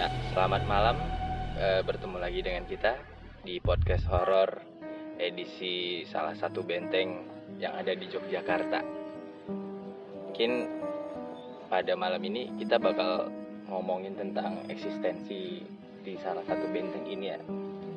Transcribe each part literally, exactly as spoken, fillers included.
Ya, selamat malam. E, bertemu lagi dengan kita di podcast horor edisi salah satu benteng yang ada di Yogyakarta. Mungkin pada malam ini kita bakal ngomongin tentang eksistensi di salah satu benteng ini ya.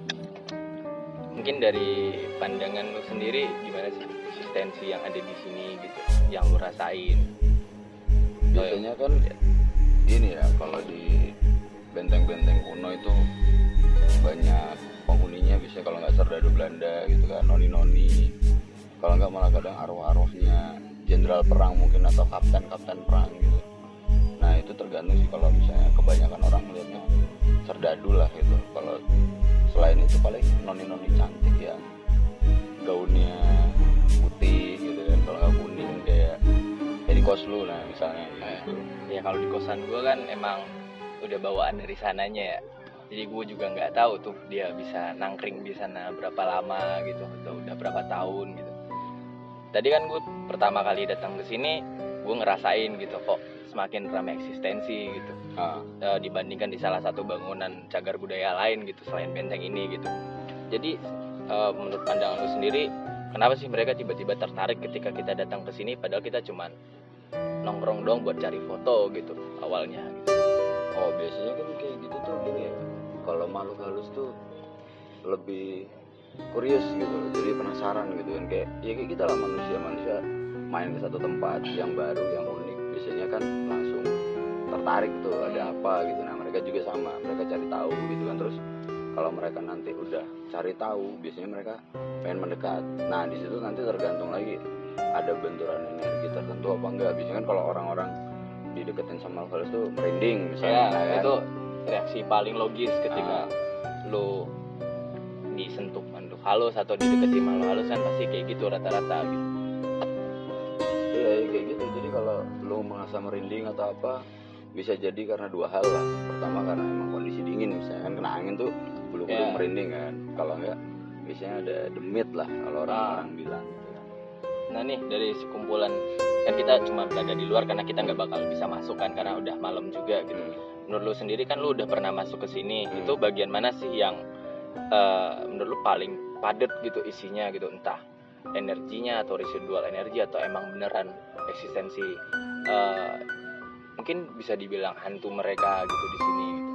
Mungkin dari pandangan lu sendiri gimana sih eksistensi yang ada di sini gitu, yang lu rasain? Biasanya kan ini ya, kalau di benteng-benteng kuno itu banyak penghuninya, bisa kalau nggak serdadu Belanda gitu kan, noni-noni, kalau nggak malah kadang arwah-arwahnya jenderal perang mungkin atau kapten-kapten perang gitu. Nah itu tergantung sih, kalau misalnya kebanyakan orang melihatnya serdadu lah gitu. Kalau selain itu paling noni-noni cantik yang gaunnya putih gitu kan, kalau nggak kuning kayak kayak di kos lu nah misalnya gitu. Ya kalau di kosan gue kan emang udah bawaan dari sananya ya, jadi gue juga nggak tahu tuh dia bisa nangkring di sana berapa lama gitu, atau udah berapa tahun gitu. Tadi kan gue pertama kali datang ke sini, gue ngerasain gitu kok semakin ramai eksistensi gitu, Ah. e, dibandingkan di salah satu bangunan cagar budaya lain gitu selain benteng ini gitu. Jadi e, menurut pandangan lu sendiri, kenapa sih mereka tiba-tiba tertarik ketika kita datang ke sini, padahal kita cuman nongkrong dong buat cari foto gitu awalnya gitu. Oh biasanya kan kayak gitu tuh gini ya, kalau makhluk halus tuh lebih kurius gitu, jadi penasaran gitu kan, kayak ya kayak kita lah manusia manusia main ke satu tempat yang baru yang unik, biasanya kan langsung tertarik tuh ada apa gitu. Nah mereka juga sama, mereka cari tahu gitu kan. Terus kalau mereka nanti udah cari tahu, biasanya mereka pengen mendekat. Nah di situ nanti tergantung lagi ada benturan energi tertentu apa enggak. Biasanya kan kalau orang-orang dideketin sama makhluk halus tuh merinding misalnya, Ya, kan? itu reaksi paling logis ketika Ah. lu disentuh makhluk halus atau dideketin makhluk halus kan pasti kayak gitu rata-rata gitu. Iya ya, kayak gitu. Jadi kalau lu merasa merinding atau apa, bisa jadi karena dua hal lah. Pertama karena emang kondisi dingin, misalnya kan kena angin tuh bulu-bulu Yeah. merinding kan. Kalau enggak biasanya ada demit lah kalau orang-orang Ah. bilang gitu kan. Nah nih dari sekumpulan, kan kita cuma berada di luar karena kita nggak bakal bisa masuk kan karena udah malam juga gitu. Hmm. Menurut lu sendiri kan lu udah pernah masuk ke sini, Hmm. itu bagian mana sih yang uh, menurut lu paling padat gitu isinya gitu, entah energinya atau residual energi atau emang beneran eksistensi uh, mungkin bisa dibilang hantu mereka gitu di sini gitu.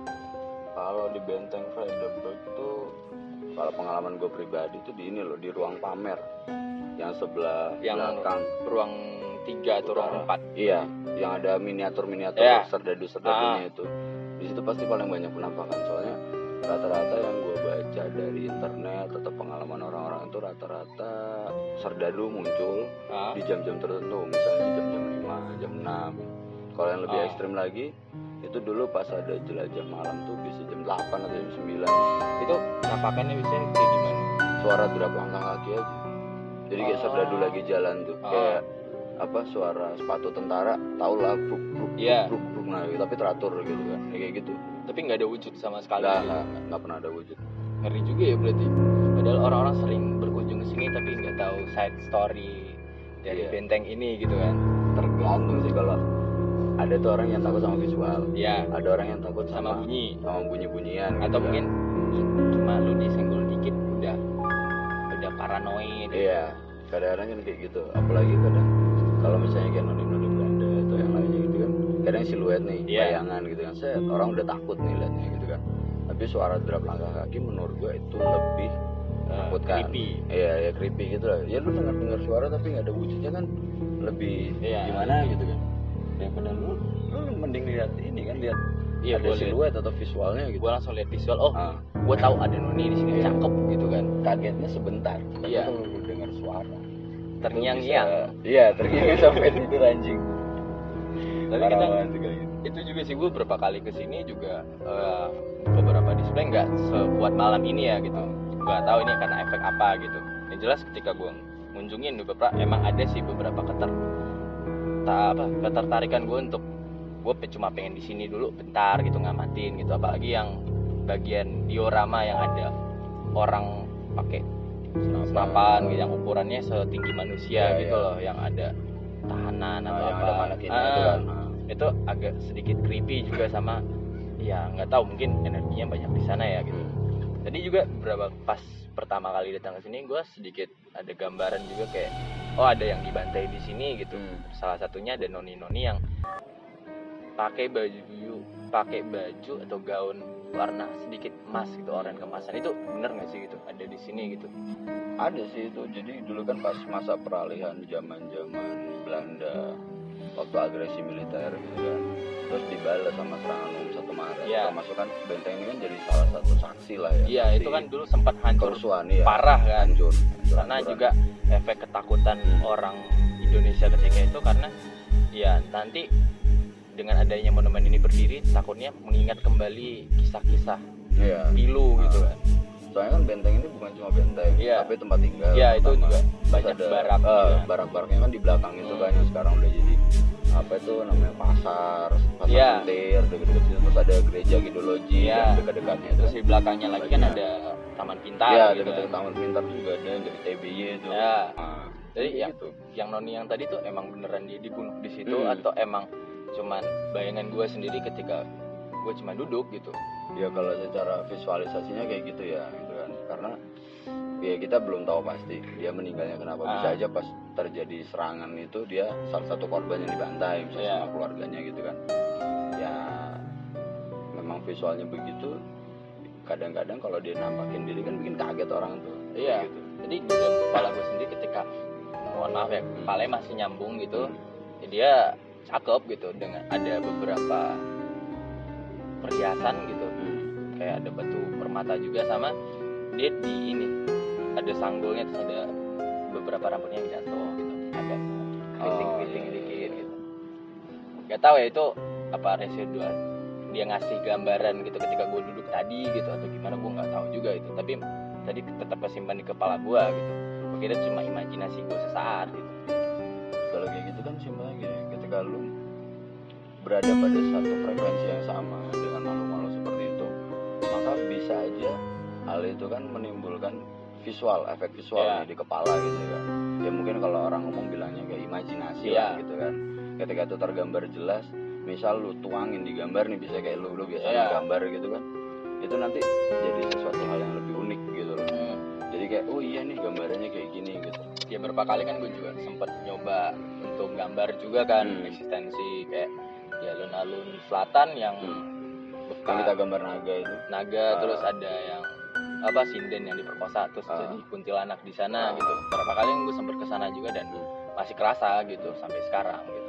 Kalau di benteng Friedeburg tuh, kalau pengalaman gue pribadi tuh di ini loh, di ruang pamer yang sebelah Yang belakang ruang tiga atau ruang empat. Iya, yang ada miniatur-miniatur Ya. serdadu-serdadunya itu. Di situ pasti paling banyak penampakan, soalnya rata-rata yang gue baca dari internet atau pengalaman orang-orang itu rata-rata serdadu muncul Ah. di jam-jam tertentu, misalnya di jam-jam lima, jam enam. Kalau yang lebih Ah. ekstrim lagi, itu dulu pas ada jelajah malam tuh bisa jam delapan atau jam sembilan. Itu penampakannya biasanya kayak gimana? Suara derap langkah kaki aja. Jadi kayak Oh. serdadu lagi jalan tuh, Ah. kayak apa, suara sepatu tentara, tau lah, bruk bruk Iya. bruk bruk, nah tapi teratur gitu kan, kayak gitu. Tapi nggak ada wujud sama sekali. Nggak, gitu. nggak, nggak pernah ada wujud. Ngeri juga ya berarti. Padahal orang-orang sering berkunjung ke sini tapi nggak tahu side story dari Iya. benteng ini gitu kan. Tergantung sih, kalau ada tuh orang yang takut sama visual, Ya, ada orang yang takut sama sama bunyi. sama bunyi-bunyian gitu Atau kan. mungkin cuma lu disenggol dikit udah udah paranoid. Iya, kadang-kadang kan kayak gitu. Apalagi kadang kalau misalnya kayak noni-noni Belanda atau yang lainnya gitu kan, kadang siluet nih, Iya. bayangan gitu kan, set orang udah takut nih liatnya gitu kan. Tapi suara derap langkah kaki menurut gua itu lebih Eh, menakutkan. creepy. Iya, ya creepy gitu lah. Ya lu dengar-dengar suara tapi nggak ada wujudnya kan lebih Iya. gimana gitu kan. Daripada lu lu mending lihat ini kan, lihat Iya, ada gua liat. siluet atau visualnya gitu. Gue langsung lihat visual, oh, Ah, gue tahu ada noni di sini, Iya. cakep gitu kan. kagetnya sebentar. Tapi Iya. kalau lu dengar suara Terngiang-ngiang. bisa- Iya, terngiang sampai tidur anjing. Tapi Parah kita banget juga gitu. itu juga sih, gue beberapa kali kesini juga eh, beberapa display nggak sekuat malam ini ya gitu. Gak tahu ini karena efek apa gitu. Yang jelas ketika gue ngunjungin beberapa, emang ada sih beberapa keter ta, apa ketertarikan gue untuk gue cuma pengen di sini dulu bentar gitu, ngamatin gitu. Apalagi yang bagian diorama yang ada orang pakai senapan gitu, yang ukurannya setinggi manusia Ya, gitu ya. loh, yang ada tahanan Nah, atau yang apa. ada manekinnya Ah, itu kan. Nah, itu agak sedikit creepy juga, sama ya nggak tahu, mungkin energinya banyak di sana ya gitu. Hmm. Tadi juga beberapa pas pertama kali datang ke sini gue sedikit ada gambaran juga kayak oh ada yang dibantai di sini gitu. Hmm. Salah satunya ada noni-noni yang pakai baju pakai baju atau gaun warna sedikit emas gitu, oranye kemasan. Itu bener nggak sih gitu ada di sini gitu? Ada sih itu. Jadi dulu kan pas masa peralihan zaman-zaman Belanda waktu agresi militer gitu kan, terus dibalas sama serangan umum satu Maret. Ya. Termasuk kan benteng ini kan jadi salah satu saksi lah ya. Iya itu kan dulu sempat hancur kerusuhan ya. parah kan. Hancur. Karena juga efek ketakutan orang Indonesia ketika itu, karena ya nanti dengan adanya monumen ini berdiri takutnya mengingat kembali kisah-kisah Iya. pilu Nah. gitu kan. Soalnya kan benteng ini bukan cuma benteng, Iya. tapi tempat tinggal. Iya itu pertama. juga Terus banyak ada barak eh, gitu kan. barak-baraknya kan di belakang itu Hmm. kan yang sekarang udah jadi apa itu namanya pasar, pasar Iya. Kuntir, dekat-dekat situ. Terus ada gereja Gidologi Iya. dan dekat-dekatnya itu. Terus di belakangnya lagi kan Banyak. ada taman pintar Iya, gitu dekat-dekat kan. Taman Pintar juga ada yang dari T B Y itu. Ya. Nah, Jadi kayak yang gitu. yang noni yang tadi tuh emang beneran dia dibunuh di situ Hmm. atau emang cuman bayangan gue sendiri ketika gue cuma duduk gitu. Ya kalau secara visualisasinya kayak gitu ya, gitu kan. Karena ya kita belum tahu pasti dia meninggalnya kenapa. Bisa Ah. aja pas terjadi serangan itu dia salah satu korban yang dibantai misalnya Iya. sama keluarganya gitu kan. Ya memang visualnya begitu. Kadang-kadang kalau dia nampakin diri kan bikin kaget orang tuh. Iya. Kayak gitu. Jadi di dalam kepala gue sendiri ketika mohon maaf ya kepalanya masih nyambung gitu, Hmm. ya dia cakep gitu dengan ada beberapa perhiasan gitu, Hmm. kayak ada batu permata juga, sama dia di ini ada sanggulnya, terus ada beberapa rambutnya yang jatuh gitu, agak keriting-keriting Oh, iya, dikit iya. gitu. Gak tahu ya itu apa residual dia ngasih gambaran gitu ketika gue duduk tadi gitu atau gimana, gue nggak tahu juga itu. Tapi tadi tetap kesimpan di kepala gue gitu. Gue kira cuma imajinasi gue sesaat gitu. Kalau kayak gitu kan simpelnya gini, ketika lu berada pada satu frekuensi yang sama dengan makhluk-makhluk seperti itu, maka bisa aja hal itu kan menimbulkan visual, efek visual Iya. nih di kepala gitu kan. Ya mungkin kalau orang ngomong bilangnya kayak imajinasi Iya. lah gitu kan. Ketika itu tergambar jelas, misal lu tuangin di gambar nih, bisa kayak lu lu biasanya Iya. gambar gitu kan, itu nanti jadi sesuatu hal yang lebih unik gitu loh. Hmm. Jadi kayak oh iya nih gambarannya kayak gini gitu. Ya berapa kali kan gue juga sempet nyoba untuk gambar juga kan, Hmm. eksistensi kayak di alun-alun selatan yang Hmm. bekas Kalau kita gambar naga itu, naga, Ah. terus ada yang apa sinden yang diperkosa terus Ah. jadi kuntilanak di sana Ah. gitu. Berapa kali gue sempet kesana juga dan Hmm. masih kerasa gitu sampai sekarang gitu.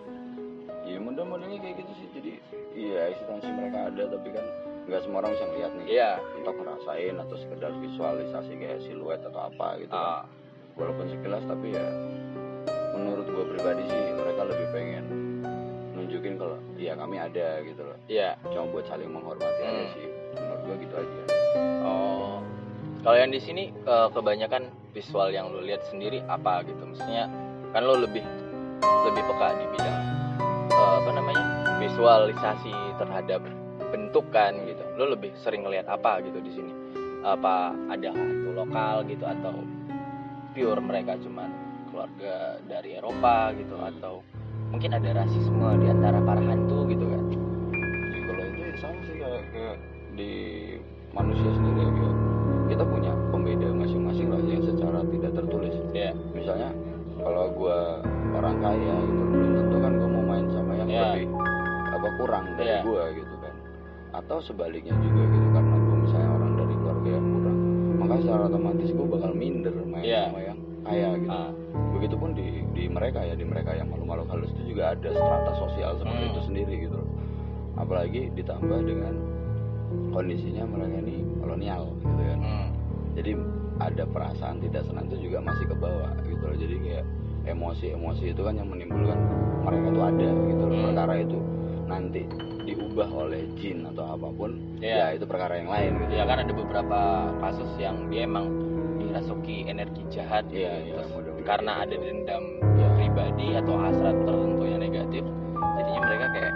ya mudah-mudahan kayak gitu sih. Jadi iya eksistensi mereka ada, tapi kan nggak semua orang bisa ngeliat nih. Iya. Entah ngerasain atau sekedar visualisasi kayak siluet atau apa gitu kan. Ah. Walaupun sekilas, tapi ya menurut gue pribadi sih mereka lebih pengen nunjukin kalau iya kami ada gitu loh. Iya. Cuma buat saling menghormati aja Hmm. sih. Menurut gue gitu aja. Oh. Kalau yang di sini eh, kebanyakan visual yang lu lihat sendiri apa gitu? Maksudnya kan lu lebih lebih peka di bidang eh, apa namanya? Visualisasi terhadap bentuk kan gitu. Lu lebih sering ngelihat apa gitu di sini? Apa ada hantu lokal gitu atau pure mereka cuman keluarga dari Eropa gitu, atau mungkin ada rasisme di antara para hantu gitu kan? Jadi kalau itu ya sama sih kayak, kayak di manusia sendiri ya, kayak kita punya pembeda masing-masing lah yang secara tidak tertulis. Ya. Misalnya kalau gue orang kaya gitu, belum tentu kan gue mau main sama yang Iya. lebih apa kurang dari Iya. gue gitu kan. Atau sebaliknya juga gitu, karena gue misalnya orang dari keluarga yang kurang, maka secara otomatis gue bakal minder main Iya. sama yang kaya gitu. Ah. Begitupun di di mereka ya, di mereka yang makhluk-makhluk halus itu juga ada strata sosial seperti Hmm. itu sendiri gitu loh. Apalagi ditambah dengan kondisinya mereka ini kolonial gitu kan. Hmm. Jadi ada perasaan tidak senang itu juga masih ke bawah gitu loh. Jadi kayak emosi-emosi itu kan yang menimbulkan mereka tuh ada gitu loh. Hmm. Perkara itu nanti diubah oleh jin atau apapun, Iya. ya itu perkara yang lain gitu. Ya kan ada beberapa kasus yang dia emang dirasuki energi jahat gitu. Iya, iya, Terus mudah-mudahan karena gitu. ada dendam Iya. pribadi atau hasrat tertentu yang negatif, jadinya mereka kayak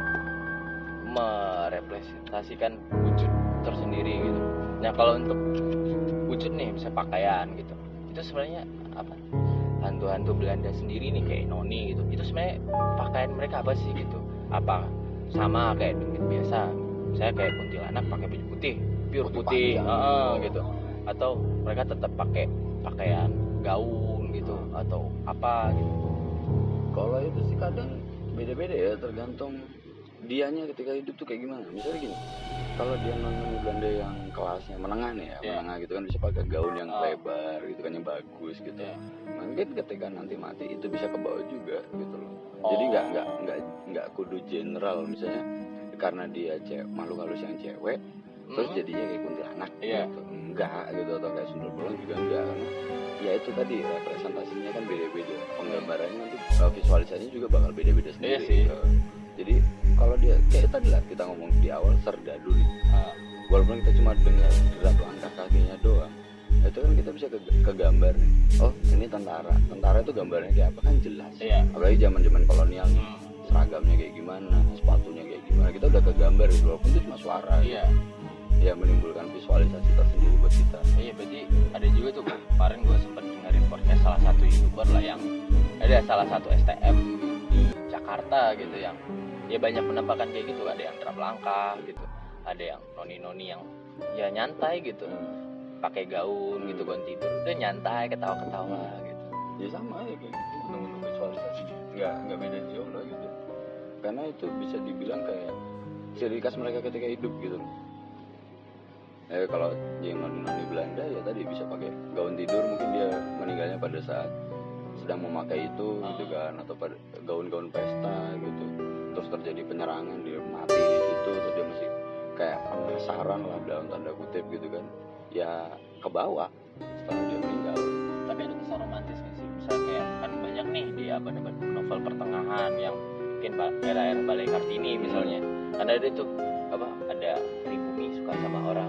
merepresentasikan wujud tersendiri gitu. Nah kalau untuk wujud nih bisa pakaian gitu, itu sebenarnya apa, hantu-hantu Belanda sendiri nih kayak noni gitu, itu sebenarnya pakaian mereka apa sih gitu? Apa sama kayak duit biasa saya kayak kuntilanak pakai baju putih, pure Putih putih, panjang. heeh, gitu. Atau mereka tetap pakai pakaian gaun gitu atau apa gitu. Kalau itu sih kadang beda-beda ya, tergantung dianya ketika hidup tuh kayak gimana. Misalnya gini, kalau dia noni Belanda yang kelasnya menengah nih ya, Yeah. menengah gitu kan bisa pakai gaun yang Oh. lebar gitu kan, yang bagus gitu. Yeah. Mungkin ketika nanti mati itu bisa ke bawah juga gitu loh. Oh. Jadi nggak nggak nggak nggak kudu general, misalnya karena dia cewek, makhluk halus yang cewek, terus Hmm. jadinya kayak kuntilanak Iya. gitu. Enggak gitu, atau kayak sundel bolong juga enggak, karena ya itu tadi representasinya kan beda-beda, penggambarannya nanti uh, visualisasinya juga bakal beda-beda sendiri. Iya sih. gitu. Jadi kalau dia kayak tadi lah kita ngomong di awal serdadu nih, Ah, walaupun kita cuma dengar gerak langkah kakinya doang, itu kan kita bisa ke, kegambar nih. Oh ini tentara, tentara itu gambarnya kayak apa kan jelas. Iya. Apalagi zaman-zaman kolonial nih, Hmm. seragamnya kayak gimana, sepatunya kayak gimana, kita udah kegambar gitu, walaupun itu cuma suara. Iya. Ya menimbulkan visualisasi tersendiri buat kita. Iya, berarti ada juga tuh kemarin gue sempat dengerin podcast salah satu youtuber lah yang ada salah satu S T M di Jakarta gitu yang ya banyak penampakan kayak gitu, ada yang drap langkah gitu, ada yang noni-noni yang ya nyantai gitu, pakai gaun gitu, gaun tidur udah nyantai ketawa-ketawa gitu. Ya sama aja kayak gitu, bentuk visualisasi nggak nggak beda jauh lah gitu, karena itu bisa dibilang kayak ciri khas mereka ketika hidup gitu. Eh kalau yang noni-noni Belanda ya tadi bisa pakai gaun tidur, mungkin dia meninggalnya pada saat sedang memakai itu gitu kan, atau pada gaun-gaun pesta gitu, terus terjadi penyerangan, dia mati di situ, terus dia masih kayak penasaran lah dalam tanda kutip gitu kan, ya ke bawah setelah dia meninggal. Tapi ada kisah romantis nggak sih? Misalnya kayak kan banyak nih di abad-abad novel pertengahan yang mungkin era-era Balai Kartini misalnya, kan ada itu apa, ada pribumi suka sama orang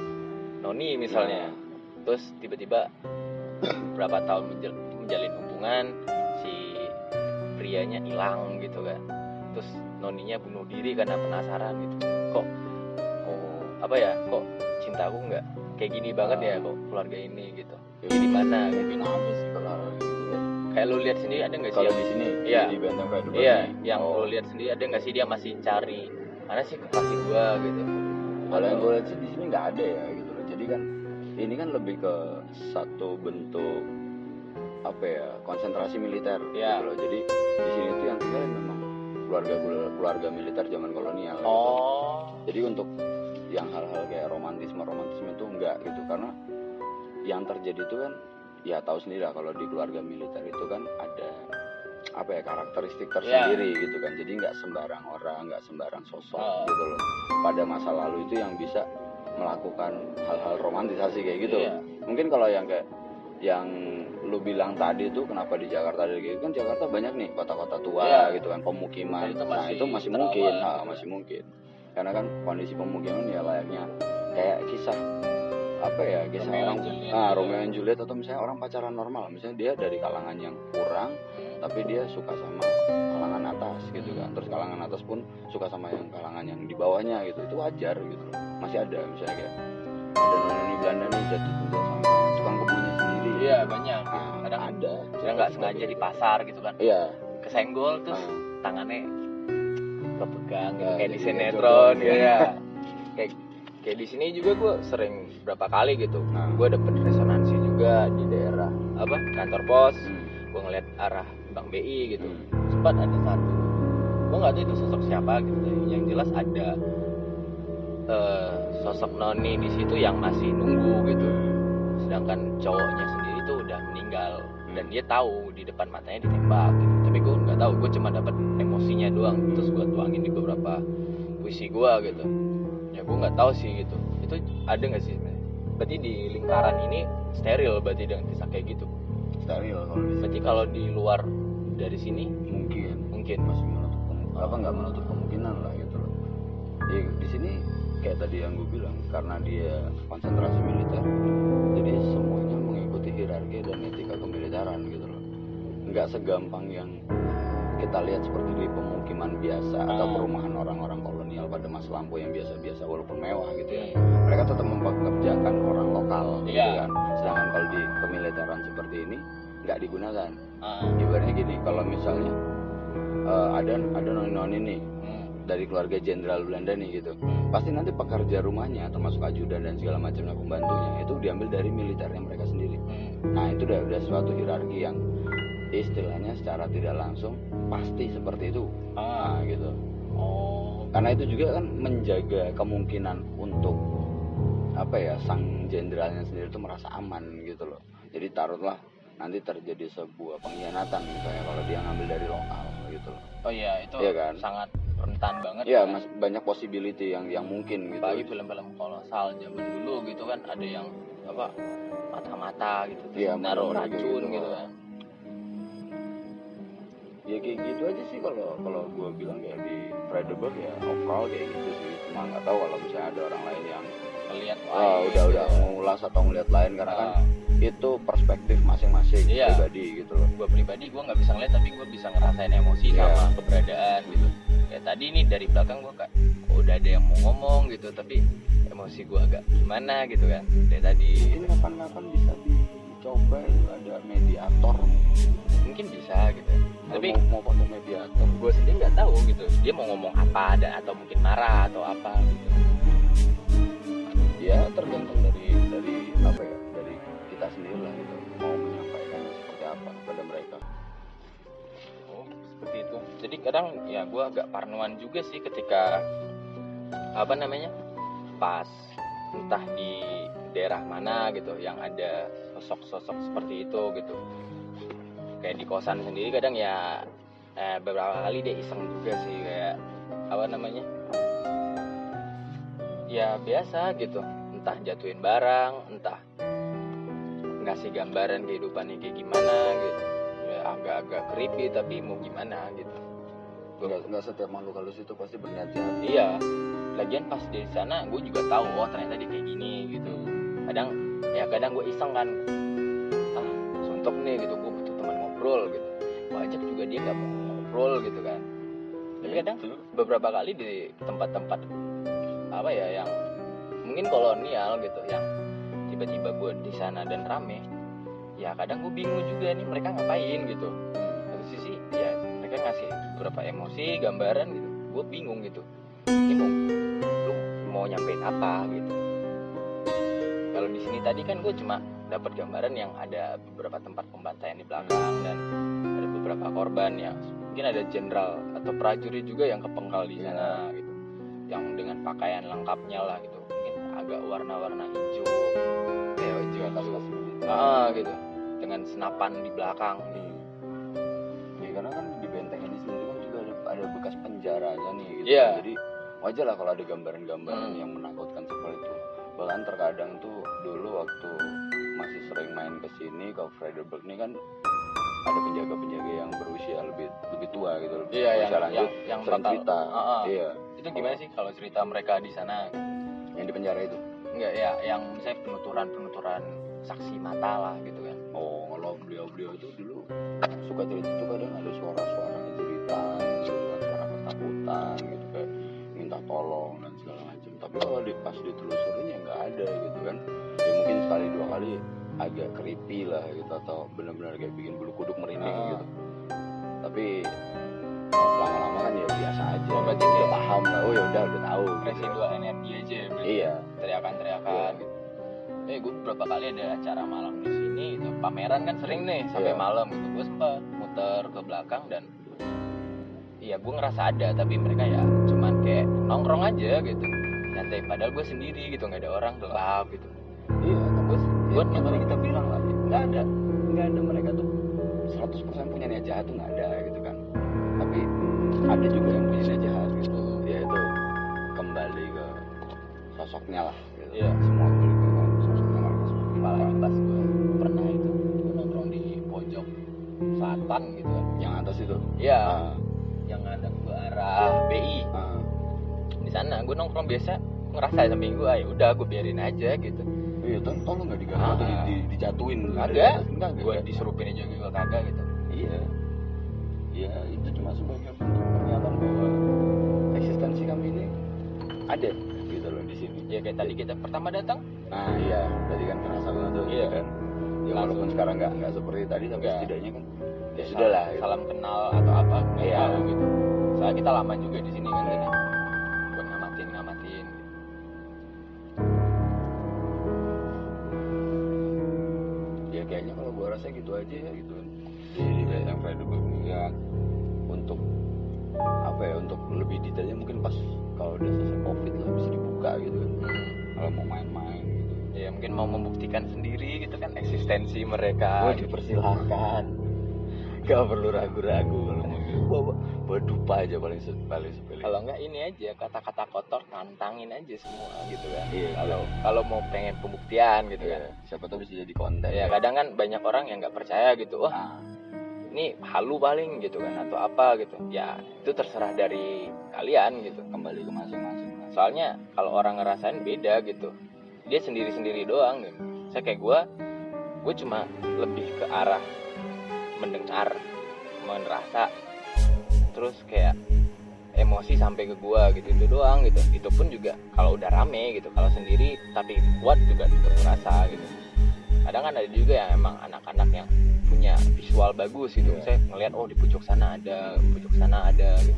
noni misalnya, terus tiba-tiba berapa tahun menjal- menjalin hubungan, si prianya hilang gitu kan, terus noninya bunuh diri karena penasaran gitu, kok oh apa ya, kok cintaku nggak kayak gini banget ya, kok keluarga ini gitu, jadi mana gitu. Mungkin apa sih kalau hal gitu ya? Kayak lu lihat sendiri ada nggak sih Kalau yang- di sini Iya. di Benteng Red Bull iya nih. yang Oh. lu lihat sendiri ada nggak sih dia masih cari mana sih kekasih gua gitu. Kalau yang Atau- gue lihat sih di sini nggak ada ya gitu loh. Jadi kan ini kan lebih ke satu bentuk apa ya, konsentrasi militer Ya. gitu loh. Jadi di sini tuh yang tinggal memang keluarga keluarga militer zaman kolonial. gitu. oh Jadi untuk yang hal-hal kayak romantisme romantisme itu enggak gitu, karena yang terjadi itu kan ya tahu sendiri lah, kalau di keluarga militer itu kan ada apa ya, karakteristik tersendiri gitu kan. Jadi nggak sembarang orang, nggak sembarang sosok Oh. gitu loh. Pada masa lalu itu yang bisa melakukan hal-hal romantisasi kayak gitu. Iya. Mungkin kalau yang kayak yang lu bilang tadi tuh kenapa di Jakarta ada gitu kan, Jakarta banyak nih kota-kota tua Iya. gitu kan, pemukiman. Dan itu Nah masih itu masih terawat. mungkin, nah, masih mungkin. Karena kan kondisi pemukiman ya layaknya kayak kisah apa ya, kisah Romeo orang and Juliet ah gitu. Romeo and Juliet, atau misalnya orang pacaran normal, misalnya dia dari kalangan yang kurang tapi dia suka sama kalangan atas gitu kan, terus kalangan atas pun suka sama yang kalangan yang di bawahnya gitu, itu wajar gitu loh. Masih ada misalnya kayak ada noni Belanda nih jatuh cinta sama tukang kebunnya sendiri. iya banyak Nah, kadang ada dia nggak sengaja di pasar gitu kan, iya. kesenggol terus Ah. tangannya kepegang gitu, Ah, kayak di jadi sinetron jodoh. ya. kayak kayak di sini juga gue sering berapa kali gitu, Nah. gue dapet resonansi juga di daerah apa kantor pos, Hmm. gue ngeliat arah Bank B I gitu, Hmm. sempat ada satu, gue nggak tahu itu sosok siapa gitu, yang jelas ada eh, sosok noni di situ yang masih nunggu gitu, sedangkan cowoknya sendiri tuh udah meninggal dan dia tahu di depan matanya ditembak gitu, tapi gue nggak tahu, gue cuma dapat emosinya doang, terus gue tuangin di beberapa puisi gue gitu, ya gue nggak tahu sih gitu, itu ada nggak sih sebenarnya? Berarti di lingkaran ini steril berarti dengan kisah kayak gitu. Steril kalau di Berarti kalau di luar dari sini mungkin mungkin masih menutup kemungkinan, apa nggak menutup kemungkinan lah gitu loh. Ya di sini kayak tadi yang gue bilang, karena dia konsentrasi militer, jadi semuanya mengikuti hierarki dan etika kemiliteran gitu loh. Nggak segampang yang kita lihat seperti di pemukiman biasa atau perumahan orang-orang kolonial pada masa lampau yang biasa-biasa walaupun mewah gitu ya. Mereka tetap mempekerjakan orang lokal gitu Iya. kan. Sedangkan kalau di kemiliteran seperti ini nggak digunakan. Ah, Ibaratnya gini, kalau misalnya eh, ada ada noni-noni nih, hmm, dari keluarga jenderal Belanda nih gitu, pasti nanti pekerja rumahnya termasuk ajudan dan segala macamnya pembantunya itu diambil dari militernya mereka sendiri. Nah itu udah udah suatu hierarki yang istilahnya secara tidak langsung pasti seperti itu. Ah gitu. Oh. Karena itu juga kan menjaga kemungkinan untuk apa ya, sang jenderalnya sendiri itu merasa aman gitu loh. Jadi taruhlah nanti terjadi sebuah pengkhianatan misalnya kalau dia ngambil dari lokal gitu loh. Oh iya, itu Iya kan? sangat rentan banget. Iya, kan? mas, banyak possibility yang yang mungkin gitu. Bagi film-film kolosal zaman dulu gitu kan, ada yang apa mata-mata gitu, terus Iya, naruh bener-bener racun gitu. gitu, gitu kan. Ya kayak gitu aja sih kalau kalau gue bilang kayak di Freiburg ya overall kayak gitu sih. Cuma nggak tahu kalau misalnya ada orang lain yang Ngelihat ah, lain udah gitu udah ya. ngulas atau ngeliat lain karena kan Ah. itu perspektif masing-masing Iya. pribadi gitu loh. Gue pribadi gue nggak bisa ngeliat, tapi gue bisa ngerasain emosi Iya. sama keberadaan gitu. Kayak tadi nih dari belakang gue kayak kok udah ada yang mau ngomong gitu, tapi emosi gue agak gimana gitu kan dari tadi. Ini kapan-kapan bisa dicoba ada mediator. Mungkin bisa gitu. Tapi mau, mau pakai mediator. gue sendiri nggak tahu gitu dia mau ngomong apa dan atau mungkin marah atau apa gitu. Ya tergantung dari dari apa ya, dari kita sendiri lah gitu, mau menyampaikan seperti apa kepada mereka. Oh, seperti itu. Jadi kadang ya gue agak parnoan juga sih ketika apa namanya pas entah di daerah mana gitu yang ada sosok-sosok seperti itu gitu. Kayak di kosan sendiri kadang ya eh, beberapa kali dia iseng juga sih kayak apa namanya ya biasa gitu, entah jatuhin barang, entah ngasih gambaran kehidupannya kayak gimana gitu. Ya agak-agak creepy tapi mau gimana gitu. Nggak, nggak setiap makhluk halus itu pasti berniat jahat. Iya, lagian pas di sana gue juga tahu oh ternyata dia kayak gini gitu. Kadang ya kadang gue iseng kan, ah suntuk nih gitu, gue butuh teman ngobrol gitu. Gue ajak juga dia nggak mau ngobrol gitu kan. Tapi kadang beberapa kali di tempat-tempat apa ya yang mungkin kolonial gitu, yang tiba-tiba gue di sana dan rame, ya kadang gue bingung juga nih mereka ngapain gitu. Satu sisi ya mereka ngasih beberapa emosi, gambaran gitu, gue bingung gitu. Ini mau lu mau nyampein apa gitu. Kalau di sini tadi kan gue cuma dapat gambaran yang ada beberapa tempat pembantaian di belakang dan ada beberapa korban ya. Mungkin ada jenderal atau prajurit juga yang kepenggal di sana gitu, yang dengan pakaian lengkapnya lah gitu, mungkin agak warna-warna hijau, kayak hijau-hijau, ah gitu, dengan senapan di belakang. Gitu. Ya karena kan di benteng ini sendiri kan juga ada, ada bekas penjaranya nih gitu. Iya. Jadi wajar lah kalau ada gambaran-gambaran Hmm. yang menakutkan seperti itu. Bahkan terkadang tuh dulu waktu masih sering main ke sini ke Freiburg ini kan ada penjaga-penjaga yang berusia lebih lebih tua gitu, lebih Iya, berusia yang- lanjut, yang- yang sering bakal- cerita. Ah, ah. Iya. Itu gimana sih kalau cerita mereka di sana? Yang di penjara itu. Enggak ya, yang misalnya penuturan-penuturan saksi mata lah gitu kan. Oh, kalau beliau-beliau itu dulu suka cerita itu kadang ada suara-suara cerita, gitu kan, suara ketakutan gitu kayak minta tolong dan segala macam. Tapi kalau di pas ditelusurin ya nggak ada gitu kan. Ya mungkin sekali dua kali agak creepy lah gitu atau benar-benar kayak bikin bulu kuduk merinding Ah. gitu. Tapi lama-lama kan ya biasa aja. Oh, berarti udah kayak paham lah. Oh ya udah udah tahu. Gitu. Residual energi aja ya, berarti. Iya. Teriakan-teriakan Iya. gitu. Eh gue beberapa kali ada acara malam di sini itu pameran kan sering nih sampai Iya. malam gitu. Gue sempat muter ke belakang dan iya gue ngerasa ada, tapi mereka ya cuman kayak nongkrong aja gitu. Nyantai, padahal gue sendiri gitu, nggak ada orang, gelap gitu. Iya. Gue Gue gue tadi kita bilang lah, nggak ada nggak ada mereka tuh seratus persen punya niat jahat tuh nggak ada gitu kan. Tapi ada juga yang punya niat jahat gitu. Ya itu kembali ke sosoknya lah. Gitu. Iya. Semua kembali ke sosoknya mereka seperti apalagi apa. pas gue pernah itu gue nongkrong di pojok selatan gitu kan. Yang atas itu. Iya. Ah, Yang ada ke arah B I. ah. Di sana gue nongkrong biasa, gue ngerasa samping gue, ya udah gue biarin aja gitu. Iya, tol tolong nggak diganggu atau di, Ah. di, dijatuhin. Kagak, Enggak, gue diserupin aja juga kagak gitu. Iya. Ya itu cuma sebagai bentuk pernyataan bahwa eksistensi kami ini ada gitu loh di sini. Ya kayak tadi kita pertama datang, Nah iya, tadi kan kerasa banget tuh, Iya. iya kan. Ya Langsung. walaupun sekarang nggak nggak seperti tadi, tapi Nggak. setidaknya kan ya salam- sudah lah. Gitu. salam kenal atau apa, nggak Iya. tahu gitu. Soalnya kita lama juga di sini kan tadi buat ngamatin ngamatin. Ya kayaknya kalau gua rasa gitu aja ya gitu di Benteng Frederick ya, untuk apa ya, untuk lebih detailnya mungkin pas kalau udah selesai covid lah bisa dibuka gitu kan. Hmm. Kalau mau main-main gitu Ya mungkin mau membuktikan sendiri gitu kan eksistensi mereka. oh dipersilahkan, gak perlu ragu-ragu kalau mau bawa bawa dupa aja paling se- paling sepele. Kalau enggak ini aja kata-kata kotor tantangin aja semua gitu kan. Iya, Kalau kalau mau pengen pembuktian gitu Iya, kan. siapa tahu bisa jadi konten. Ya kadang kan banyak orang yang nggak percaya gitu. Wah Nah, ini halu paling gitu kan atau apa gitu. Ya itu terserah dari kalian gitu. kembali ke masing-masing. Soalnya kalau orang ngerasain beda gitu. Dia sendiri-sendiri doang gitu. Saya kayak gue, gue cuma lebih ke arah mendengar, merasa, terus kayak emosi sampai ke gue gitu itu doang gitu. Itu pun juga kalau udah rame gitu. Kalau sendiri tapi kuat juga tetap merasa gitu. Kadang kan ada juga yang emang anak-anak yang punya visual bagus gitu. Saya ngeliat oh di pucuk sana ada, pucuk sana ada gitu.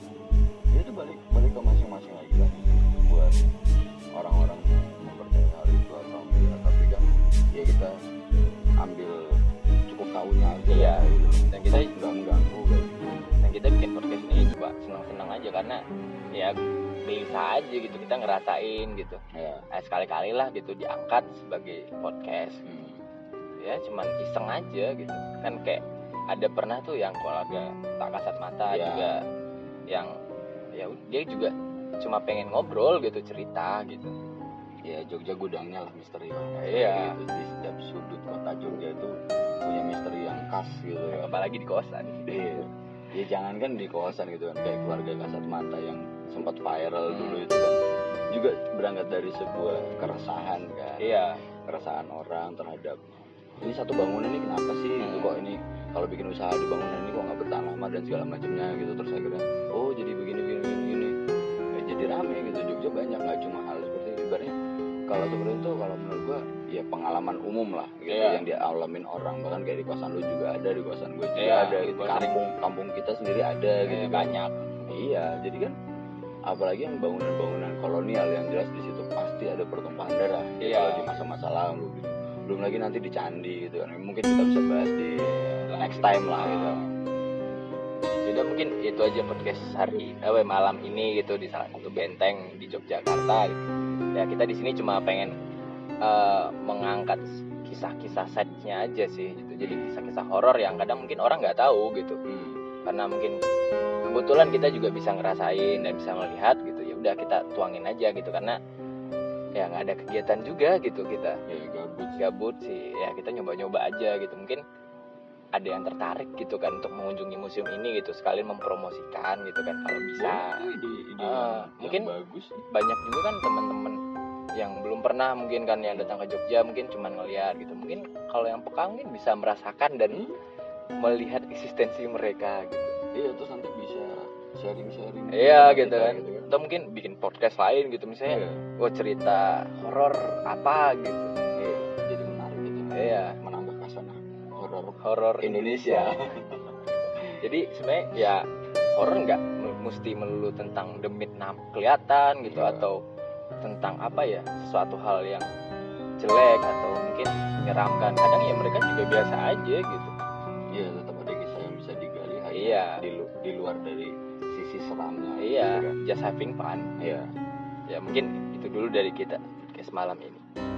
Ya itu balik balik ke masing-masing lagi lah buat orang-orang yang percaya hal itu atau enggak, tapi kan ya kita ambil cukup tahunya aja. Iya. gitu. Dan kita nggak mengganggu kayak gitu. dan kita bikin podcast ini coba senang-senang aja karena ya bisa aja gitu kita ngerasain gitu. Ya. Nah, sekali-kali lah gitu diangkat sebagai podcast. Hmm. Ya cuman iseng aja gitu. Kan kayak ada pernah tuh yang keluarga tak kasat mata Ya. juga yang ya dia juga cuma pengen ngobrol gitu, cerita gitu. Ya Jogja gudangnya lah misteri lah. Iya. Gitu. Di setiap sudut kota Jogja itu punya misteri yang khas gitu ya. Apalagi di kosan. Iya. Ya jangan kan di kawasan gitu kan, kayak keluarga kasat mata yang sempat viral dulu itu kan juga berangkat dari sebuah keresahan kan. Iya. Keresahan orang terhadap ini satu bangunan ini kenapa sih gitu, kok ini kalau bikin usaha di bangunan ini kok nggak bertahan lama dan segala macamnya gitu. Terus akhirnya oh jadi begini begini begini, begini. Ya, jadi rame gitu. Jogja banyak, nggak cuma hal seperti itu. Ibaratnya kalau seperti itu, kalau menurut gua ya pengalaman umum lah gitu, Iya. yang dialamin orang. Bahkan kayak di kosan lu juga ada, di kosan gue juga Iya, ada gitu. gua sering- kampung kampung kita sendiri ada gitu Eh, kan. banyak. Iya, jadi kan apalagi yang bangunan-bangunan kolonial yang jelas di situ pasti ada pertumpahan darah. Iya. Kalau di masa-masa lalu gitu. Belum lagi nanti di candi gitu kan. Mungkin kita bisa bahas di next time lah gitu. Sudah mungkin itu aja podcast hari eh, malam ini gitu di salah satu benteng di Yogyakarta gitu. Ya kita di sini cuma pengen eh, mengangkat kisah-kisah sad-nya aja sih gitu. Jadi kisah-kisah horor yang kadang mungkin orang nggak tahu gitu. Hmm. Karena mungkin kebetulan kita juga bisa ngerasain dan bisa melihat gitu. Ya udah kita tuangin aja gitu karena ya nggak ada kegiatan juga gitu kita. Ya gabut. Gabut sih ya kita nyoba-nyoba aja gitu. Mungkin ada yang tertarik gitu kan untuk mengunjungi museum ini gitu, sekalian mempromosikan gitu kan kalau bisa. Oh, ide, ide Ah, yang mungkin bagus. banyak juga kan teman-teman yang belum pernah mungkin kan yang datang ke Jogja mungkin cuma ngeliat gitu. Mungkin kalau yang peka mungkin bisa merasakan dan melihat eksistensi mereka gitu. Iya, terus nanti bisa sharing-sharing. Iya sama gitu kita kan. Atau mungkin bikin podcast lain gitu misalnya. Iya. Oh cerita horor apa gitu. Iya, jadi menarik gitu. Iya. Menambah kasana horor Horor Indonesia. Jadi sebenarnya ya horor nggak m- mesti melulu tentang demit nam kelihatan gitu Iya. atau tentang apa ya sesuatu hal yang jelek atau mungkin menyeramkan. Kadang ya mereka juga biasa aja gitu. Iya, tetap ada kisah yang bisa digali hanya Iya. di, lu- di luar dari sisi seramnya. Iya, gitu kan. just having fun. Iya. Ya mungkin itu dulu dari kita podcast malam ini.